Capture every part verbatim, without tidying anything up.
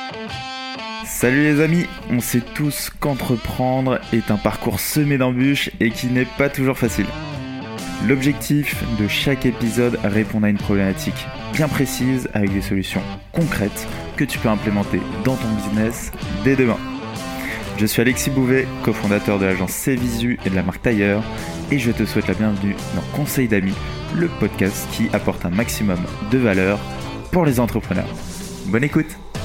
Salut les amis, on sait tous qu'entreprendre est un parcours semé d'embûches et qui n'est pas toujours facile. L'objectif de chaque épisode est répondre à une problématique bien précise avec des solutions concrètes que tu peux implémenter dans ton business dès demain. Je suis Alexis Bouvet, cofondateur de l'agence Cvisu et de la marque Tailleur, et je te souhaite la bienvenue dans Conseil d'amis, le podcast qui apporte un maximum de valeur pour les entrepreneurs. Bonne écoute!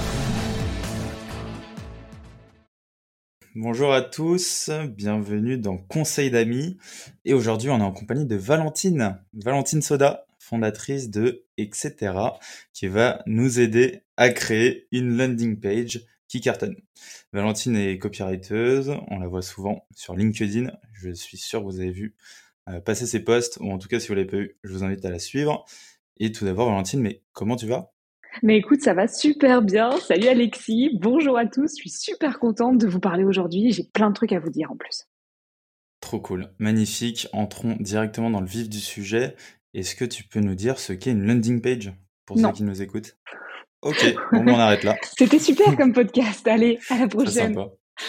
Bonjour à tous, bienvenue dans Conseil d'amis, et aujourd'hui on est en compagnie de Valentine, Valentine Soda, fondatrice de et cetera, qui va nous aider à créer une landing page qui cartonne. Valentine est copywriteuse, on la voit souvent sur LinkedIn, je suis sûr que vous avez vu euh, passer ses posts, ou en tout cas si vous ne l'avez pas eu, je vous invite à la suivre. Et tout d'abord Valentine, mais comment tu vas ? Mais écoute, ça va super bien. Salut Alexis, bonjour à tous. Je suis super contente de vous parler aujourd'hui. J'ai plein de trucs à vous dire en plus. Trop cool, magnifique. Entrons directement dans le vif du sujet. Est-ce que tu peux nous dire ce qu'est une landing page pour Non. ceux qui nous écoutent ? Ok, bon, ben on arrête là. C'était super comme podcast. Allez, à la Très prochaine. sympa.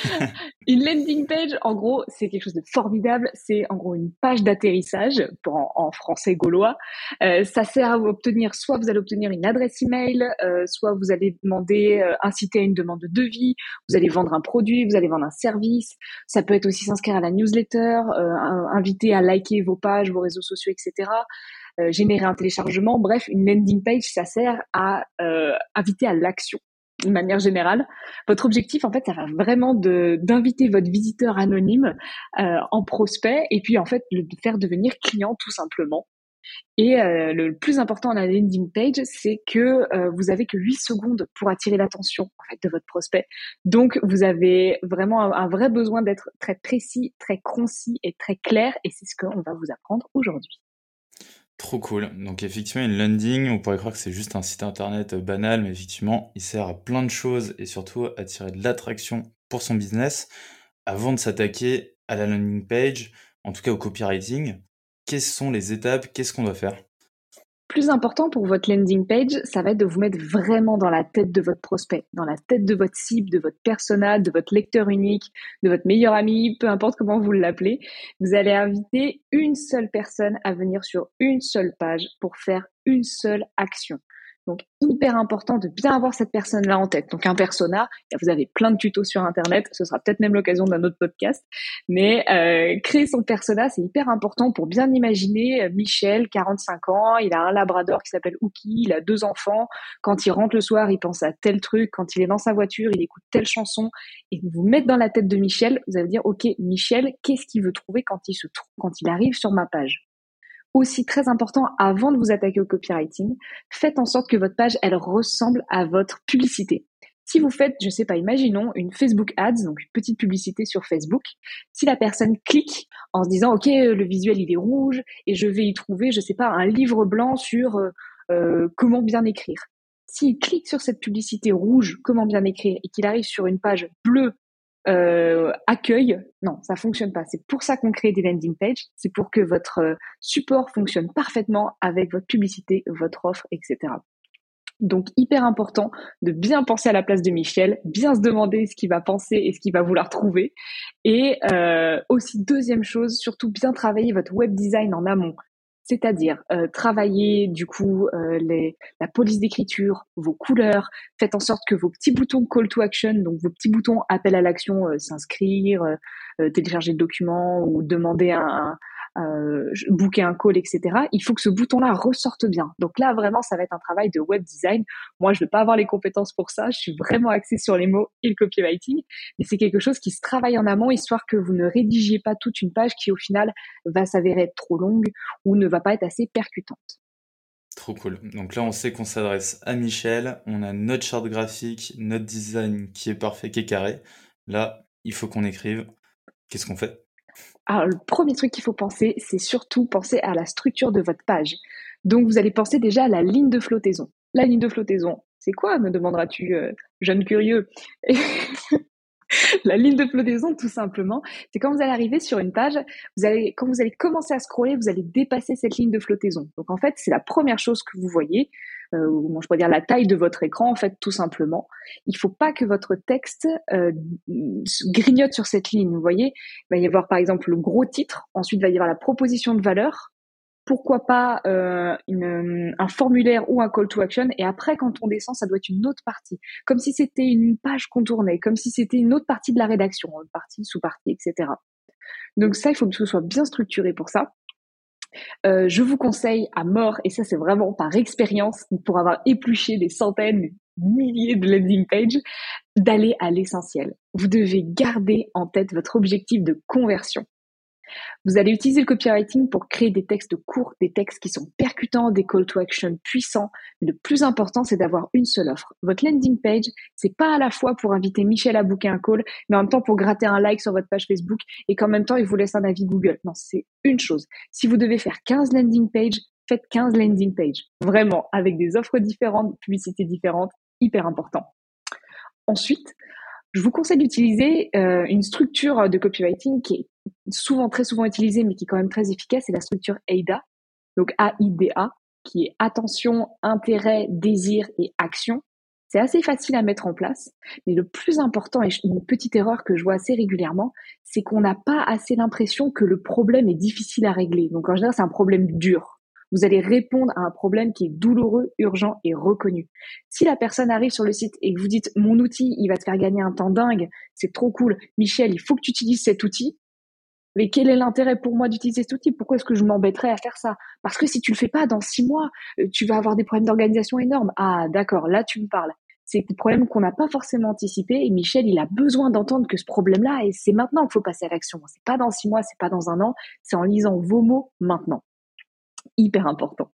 Une landing page, en gros, c'est quelque chose de formidable. C'est en gros une page d'atterrissage pour en, en français gaulois. Euh, ça sert à obtenir, soit vous allez obtenir une adresse email, euh, soit vous allez demander, euh, inciter à une demande de devis. Vous allez vendre un produit, vous allez vendre un service. Ça peut être aussi s'inscrire à la newsletter, euh, inviter à liker vos pages, vos réseaux sociaux, et cetera. Euh, générer un téléchargement. Bref, une landing page, ça sert à euh, inviter à l'action. De manière générale, votre objectif, en fait, ça va vraiment de d'inviter votre visiteur anonyme euh, en prospect et puis en fait le faire devenir client tout simplement. Et euh, le plus important à la landing page, c'est que euh, vous avez que huit secondes pour attirer l'attention en fait de votre prospect. Donc vous avez vraiment un, un vrai besoin d'être très précis, très concis et très clair. Et c'est ce qu'on va vous apprendre aujourd'hui. Trop cool. Donc effectivement, une landing, on pourrait croire que c'est juste un site internet banal, mais effectivement, il sert à plein de choses et surtout à attirer de l'attraction pour son business. Avant de s'attaquer à la landing page, en tout cas au copywriting, quelles sont les étapes, qu'est-ce qu'on doit faire ? Plus important pour votre landing page, ça va être de vous mettre vraiment dans la tête de votre prospect, dans la tête de votre cible, de votre persona, de votre lecteur unique, de votre meilleur ami, peu importe comment vous l'appelez. Vous allez inviter une seule personne à venir sur une seule page pour faire une seule action. Donc, hyper important de bien avoir cette personne-là en tête. Donc, un persona, vous avez plein de tutos sur Internet, ce sera peut-être même l'occasion d'un autre podcast, mais euh, créer son persona, c'est hyper important pour bien imaginer Michel, quarante-cinq ans, il a un labrador qui s'appelle Ookie, il a deux enfants, quand il rentre le soir, il pense à tel truc, quand il est dans sa voiture, il écoute telle chanson, et vous vous mettre dans la tête de Michel, vous allez dire, ok, Michel, qu'est-ce qu'il veut trouver quand il se trouve, quand il arrive sur ma page ? Aussi très important, avant de vous attaquer au copywriting, faites en sorte que votre page, elle ressemble à votre publicité. Si vous faites, je sais pas, imaginons une Facebook Ads, donc une petite publicité sur Facebook, si la personne clique en se disant, ok, le visuel il est rouge et je vais y trouver, je sais pas, un livre blanc sur euh, euh, comment bien écrire. S'il clique sur cette publicité rouge, comment bien écrire, et qu'il arrive sur une page bleue, Euh, accueil, non, ça fonctionne pas. C'est pour ça qu'on crée des landing pages. C'est pour que votre euh, support fonctionne parfaitement avec votre publicité, votre offre, et cetera. Donc, hyper important de bien penser à la place de Michel, bien se demander ce qu'il va penser et ce qu'il va vouloir trouver. Et euh, aussi, deuxième chose, surtout bien travailler votre web design en amont. C'est-à-dire euh, travailler du coup euh, les, la police d'écriture, vos couleurs, faites en sorte que vos petits boutons call to action, donc vos petits boutons appel à l'action, euh, s'inscrire, euh, télécharger le document ou demander un, euh, booker un call, et cetera. Il faut que ce bouton-là ressorte bien. Donc là, vraiment, ça va être un travail de web design. Moi, je ne vais pas avoir les compétences pour ça. Je suis vraiment axée sur les mots et le copywriting. Mais c'est quelque chose qui se travaille en amont, histoire que vous ne rédigiez pas toute une page qui, au final, va s'avérer être trop longue ou ne va pas être assez percutante. Trop cool. Donc là, on sait qu'on s'adresse à Michel. On a notre charte graphique, notre design qui est parfait, qui est carré. Là, il faut qu'on écrive. Qu'est-ce qu'on fait ? Alors, le premier truc qu'il faut penser, c'est surtout penser à la structure de votre page. Donc, vous allez penser déjà à la ligne de flottaison. La ligne de flottaison, c'est quoi, me demanderas-tu, euh, jeune curieux ? La ligne de flottaison, tout simplement, c'est quand vous allez arriver sur une page, vous allez, quand vous allez commencer à scroller, vous allez dépasser cette ligne de flottaison. Donc, en fait, c'est la première chose que vous voyez. euh, ou comment je pourrais dire, la taille de votre écran, en fait, tout simplement. Il faut pas que votre texte euh, grignote sur cette ligne. Vous voyez, il va y avoir par exemple le gros titre, ensuite il va y avoir la proposition de valeur, pourquoi pas euh, une, un formulaire ou un call to action, et après quand on descend, ça doit être une autre partie, comme si c'était une page contournée, comme si c'était une autre partie de la rédaction, une partie, sous-partie, et cetera. Donc ça, il faut que ce soit bien structuré pour ça. Euh, je vous conseille à mort, et ça c'est vraiment par expérience, pour avoir épluché des centaines, des milliers de landing pages, d'aller à l'essentiel. Vous devez garder en tête votre objectif de conversion. Vous allez utiliser le copywriting pour créer des textes courts, des textes qui sont percutants, des call to action puissants. Mais le plus important, c'est d'avoir une seule offre. Votre landing page, c'est pas à la fois pour inviter Michel à booker un call, mais en même temps pour gratter un like sur votre page Facebook et qu'en même temps, il vous laisse un avis Google. Non, c'est une chose. Si vous devez faire quinze landing pages, faites quinze landing pages. Vraiment, avec des offres différentes, publicités différentes, hyper important. Ensuite, je vous conseille d'utiliser euh, une structure de copywriting qui est souvent, très souvent utilisée, mais qui est quand même très efficace, c'est la structure A I D A, donc A I D A, qui est attention, intérêt, désir et action. C'est assez facile à mettre en place, mais le plus important, et une petite erreur que je vois assez régulièrement, c'est qu'on n'a pas assez l'impression que le problème est difficile à régler. Donc en général, c'est un problème dur. Vous allez répondre à un problème qui est douloureux, urgent et reconnu. Si la personne arrive sur le site et que vous dites « mon outil, il va te faire gagner un temps dingue, c'est trop cool, Michel, il faut que tu utilises cet outil », mais quel est l'intérêt pour moi d'utiliser cet outil? Pourquoi est-ce que je m'embêterais à faire ça? Parce que si tu le fais pas dans six mois, tu vas avoir des problèmes d'organisation énormes. Ah d'accord, là tu me parles. C'est des problèmes qu'on n'a pas forcément anticipés et Michel, il a besoin d'entendre que ce problème-là, et c'est maintenant qu'il faut passer à l'action. C'est pas dans six mois, c'est pas dans un an, c'est en lisant vos mots maintenant. Hyper important.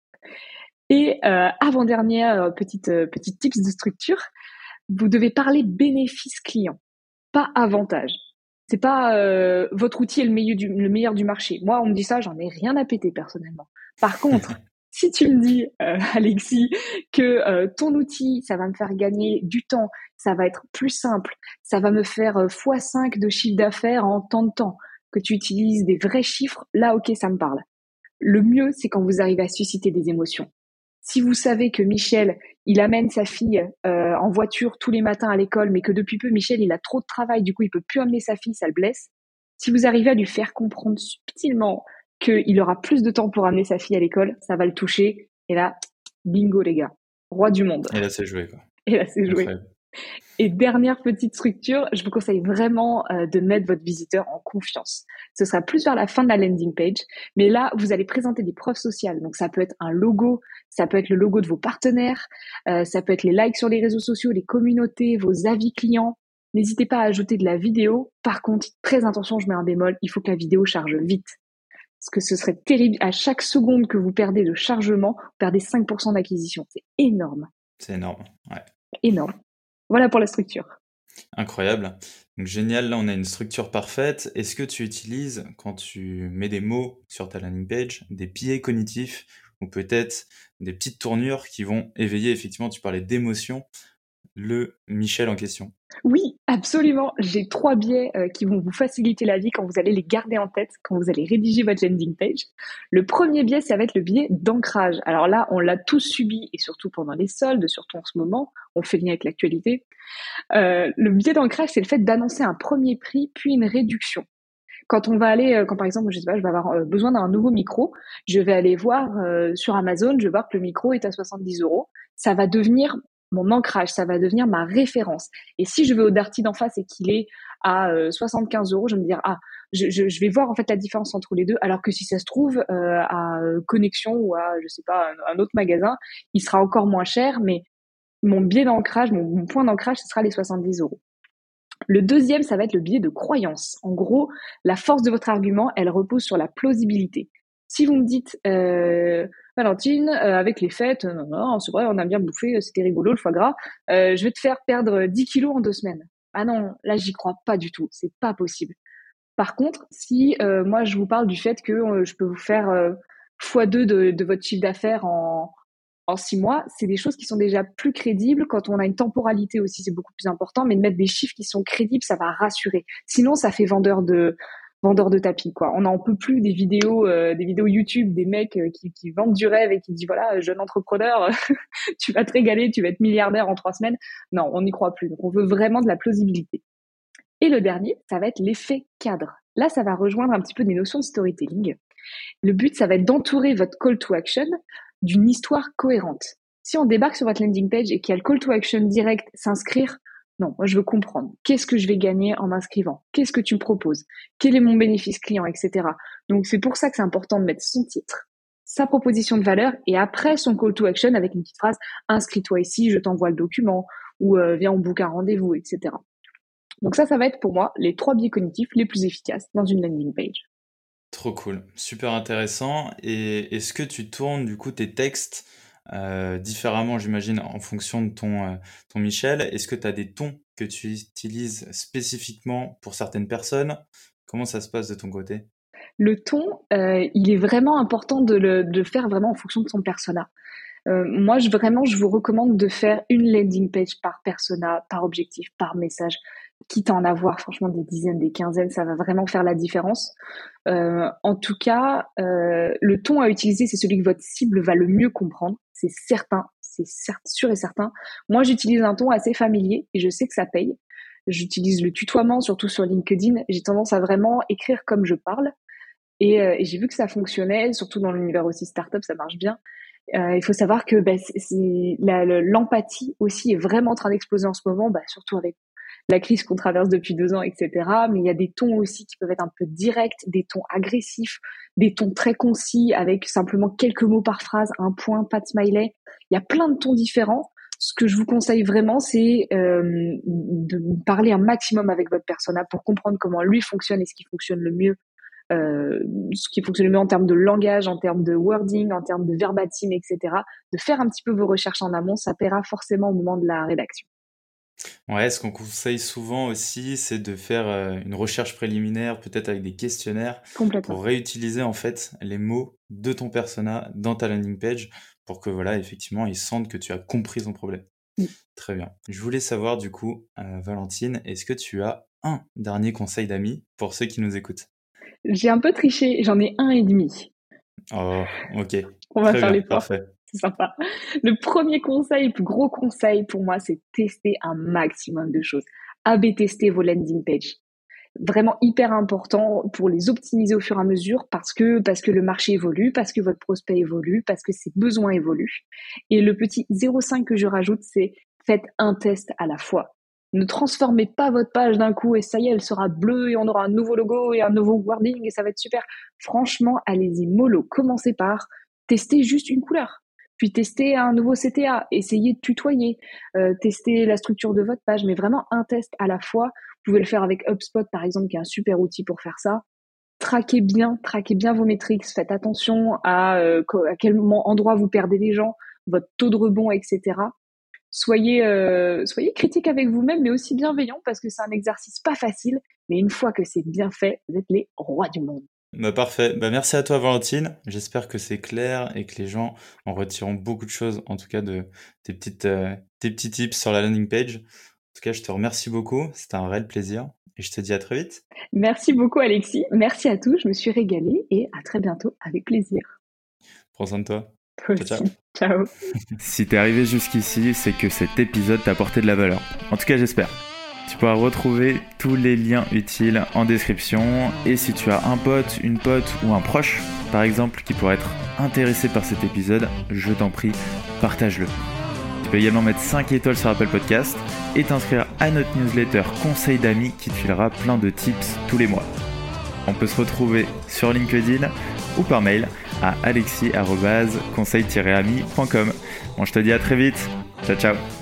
Et euh, avant-dernière petite euh, petite tips de structure, vous devez parler bénéfice client, pas avantage. C'est pas euh, votre outil est le meilleur, du, le meilleur du marché. Moi, on me dit ça, j'en ai rien à péter personnellement. Par contre, si tu me dis, euh, Alexis, que euh, ton outil, ça va me faire gagner du temps, ça va être plus simple, ça va me faire euh, fois cinq de chiffre d'affaires en tant de temps, que tu utilises des vrais chiffres, là, ok, ça me parle. Le mieux, c'est quand vous arrivez à susciter des émotions. Si vous savez que Michel, il amène sa fille euh, en voiture tous les matins à l'école, mais que depuis peu, Michel, il a trop de travail, du coup, il peut plus amener sa fille, ça le blesse. Si vous arrivez à lui faire comprendre subtilement qu'il aura plus de temps pour amener sa fille à l'école, ça va le toucher. Et là, bingo les gars, roi du monde. Et là, c'est joué, quoi. Et là, c'est joué. Incroyable. Et dernière petite structure, je vous conseille vraiment euh, de mettre votre visiteur en confiance. Ce sera plus vers la fin de la landing page, mais là, vous allez présenter des preuves sociales. Donc, ça peut être un logo, ça peut être le logo de vos partenaires, euh, ça peut être les likes sur les réseaux sociaux, les communautés, vos avis clients. N'hésitez pas à ajouter de la vidéo. Par contre, très attention, je mets un bémol, il faut que la vidéo charge vite. Parce que ce serait terrible. À chaque seconde que vous perdez de chargement, vous perdez cinq pour cent d'acquisition. C'est énorme. C'est énorme, ouais. Énorme. Voilà pour la structure. Incroyable. Donc génial, là on a une structure parfaite. Est-ce que tu utilises, quand tu mets des mots sur ta landing page, des biais cognitifs ou peut-être des petites tournures qui vont éveiller, effectivement, tu parlais d'émotion, le Michel en question? Oui, absolument. J'ai trois biais euh, qui vont vous faciliter la vie quand vous allez les garder en tête, quand vous allez rédiger votre landing page. Le premier biais, ça va être le biais d'ancrage. Alors là, on l'a tous subi, et surtout pendant les soldes, surtout en ce moment, on fait lien avec l'actualité. Euh, le biais d'ancrage, c'est le fait d'annoncer un premier prix, puis une réduction. Quand on va aller, quand par exemple, je sais pas, je vais avoir besoin d'un nouveau micro, je vais aller voir euh, sur Amazon, je vais voir que le micro est à soixante-dix euros. Ça va devenir mon ancrage, ça va devenir ma référence. Et si je vais au Darty d'en face et qu'il est à euh, soixante-quinze euros, je vais me dire, ah, je, je, je vais voir en fait la différence entre les deux, alors que si ça se trouve, euh, à Connexion ou à, je sais pas, un, un autre magasin, il sera encore moins cher, mais mon biais d'ancrage, mon, mon point d'ancrage, ce sera les soixante-dix euros. Le deuxième, ça va être le biais de croyance. En gros, la force de votre argument, elle repose sur la plausibilité. Si vous me dites, euh, Valentine, euh, avec les fêtes, non, non, c'est vrai, on a bien bouffé, c'était rigolo, le foie gras, euh, je vais te faire perdre dix kilos en deux semaines. Ah non, là, j'y crois pas du tout, c'est pas possible. Par contre, si euh, moi, je vous parle du fait que euh, je peux vous faire euh, fois deux de, de votre chiffre d'affaires en... en six mois, c'est des choses qui sont déjà plus crédibles. Quand on a une temporalité aussi, c'est beaucoup plus important, mais de mettre des chiffres qui sont crédibles, ça va rassurer. Sinon, ça fait vendeur de, vendeurs de tapis, quoi. On n'en peut plus des vidéos, euh, des vidéos YouTube, des mecs euh, qui, qui vendent du rêve et qui disent voilà, jeune entrepreneur, tu vas te régaler, tu vas être milliardaire en trois semaines. Non, on n'y croit plus. Donc, on veut vraiment de la plausibilité. Et le dernier, ça va être l'effet cadre. Là, ça va rejoindre un petit peu des notions de storytelling. Le but, ça va être d'entourer votre call to action d'une histoire cohérente. Si on débarque sur votre landing page et qu'il y a le call to action direct, s'inscrire, non, moi je veux comprendre. Qu'est-ce que je vais gagner en m'inscrivant? Qu'est-ce que tu me proposes? Quel est mon bénéfice client, et cetera. Donc c'est pour ça que c'est important de mettre son titre, sa proposition de valeur et après son call to action avec une petite phrase « inscris-toi ici, je t'envoie le document » ou euh, « viens, on book un rendez-vous », et cetera. Donc ça, ça va être pour moi les trois biais cognitifs les plus efficaces dans une landing page. Trop cool, super intéressant. Et est-ce que tu tournes du coup tes textes euh, différemment, j'imagine, en fonction de ton, euh, ton Michel? Est-ce que tu as des tons que tu utilises spécifiquement pour certaines personnes? Comment ça se passe de ton côté? Le ton, euh, il est vraiment important de le de faire vraiment en fonction de son persona. Euh, moi, je, vraiment, je vous recommande de faire une landing page par persona, par objectif, par message. Quitte à en avoir franchement des dizaines, des quinzaines, ça va vraiment faire la différence. Euh, en tout cas, euh, le ton à utiliser, c'est celui que votre cible va le mieux comprendre. C'est certain, c'est certes, sûr et certain. Moi, j'utilise un ton assez familier et je sais que ça paye. J'utilise le tutoiement, surtout sur LinkedIn. J'ai tendance à vraiment écrire comme je parle. Et, euh, et j'ai vu que ça fonctionnait, surtout dans l'univers aussi startup, ça marche bien. Euh, il faut savoir que bah, c'est, c'est, la, l'empathie aussi est vraiment en train d'exploser en ce moment, bah, surtout avec la crise qu'on traverse depuis deux ans, et cetera. Mais il y a des tons aussi qui peuvent être un peu directs, des tons agressifs, des tons très concis avec simplement quelques mots par phrase, un point, pas de smiley. Il y a plein de tons différents. Ce que je vous conseille vraiment, c'est euh, de parler un maximum avec votre persona pour comprendre comment lui fonctionne et ce qui fonctionne le mieux. Euh, ce qui fonctionne le mieux en termes de langage, en termes de wording, en termes de verbatim, et cetera. De faire un petit peu vos recherches en amont, ça paiera forcément au moment de la rédaction. Ouais, ce qu'on conseille souvent aussi, c'est de faire euh, une recherche préliminaire, peut-être avec des questionnaires, pour réutiliser en fait les mots de ton persona dans ta landing page, pour que voilà, effectivement, ils sentent que tu as compris son problème. Mm. Très bien. Je voulais savoir du coup, euh, Valentine, est-ce que tu as un dernier conseil d'amis pour ceux qui nous écoutent? J'ai un peu triché, j'en ai un et demi. Oh, ok. On va Très faire bien, les points. parfait. C'est sympa. Le premier conseil, le plus gros conseil pour moi, c'est tester un maximum de choses. A B tester vos landing pages. Vraiment hyper important pour les optimiser au fur et à mesure parce que, parce que le marché évolue, parce que votre prospect évolue, parce que ses besoins évoluent. Et le petit zéro virgule cinq que je rajoute, c'est faites un test à la fois. Ne transformez pas votre page d'un coup et ça y est, elle sera bleue et on aura un nouveau logo et un nouveau wording et ça va être super. Franchement, allez-y mollo. Commencez par tester juste une couleur. Puis tester un nouveau C T A, essayez de tutoyer, euh, tester la structure de votre page, mais vraiment un test à la fois. Vous pouvez le faire avec HubSpot, par exemple, qui est un super outil pour faire ça. Traquez bien, traquez bien vos métriques, faites attention à, euh, à quel endroit vous perdez les gens, votre taux de rebond, et cetera. Soyez, euh, soyez critique avec vous-même, mais aussi bienveillant, parce que c'est un exercice pas facile, mais une fois que c'est bien fait, vous êtes les rois du monde. Bah parfait. Bah merci à toi Valentine. J'espère que c'est clair et que les gens en retireront beaucoup de choses, en tout cas de tes petites euh, tes petits tips sur la landing page. En tout cas, je te remercie beaucoup. C'était un réel plaisir et je te dis à très vite. Merci beaucoup Alexis. Merci à tous. Je me suis régalée et à très bientôt avec plaisir. Prends soin de toi. Toi ciao, aussi. Ciao. Ciao. Si t'es arrivé jusqu'ici, c'est que cet épisode t'a apporté de la valeur. En tout cas, j'espère. Tu pourras retrouver tous les liens utiles en description. Et si tu as un pote, une pote ou un proche, par exemple, qui pourrait être intéressé par cet épisode, je t'en prie, partage-le. Tu peux également mettre cinq étoiles sur Apple Podcast et t'inscrire à notre newsletter Conseil d'amis qui te filera plein de tips tous les mois. On peut se retrouver sur LinkedIn ou par mail à alexis arobase conseil tiret ami point com. Bon, je te dis à très vite. Ciao, ciao.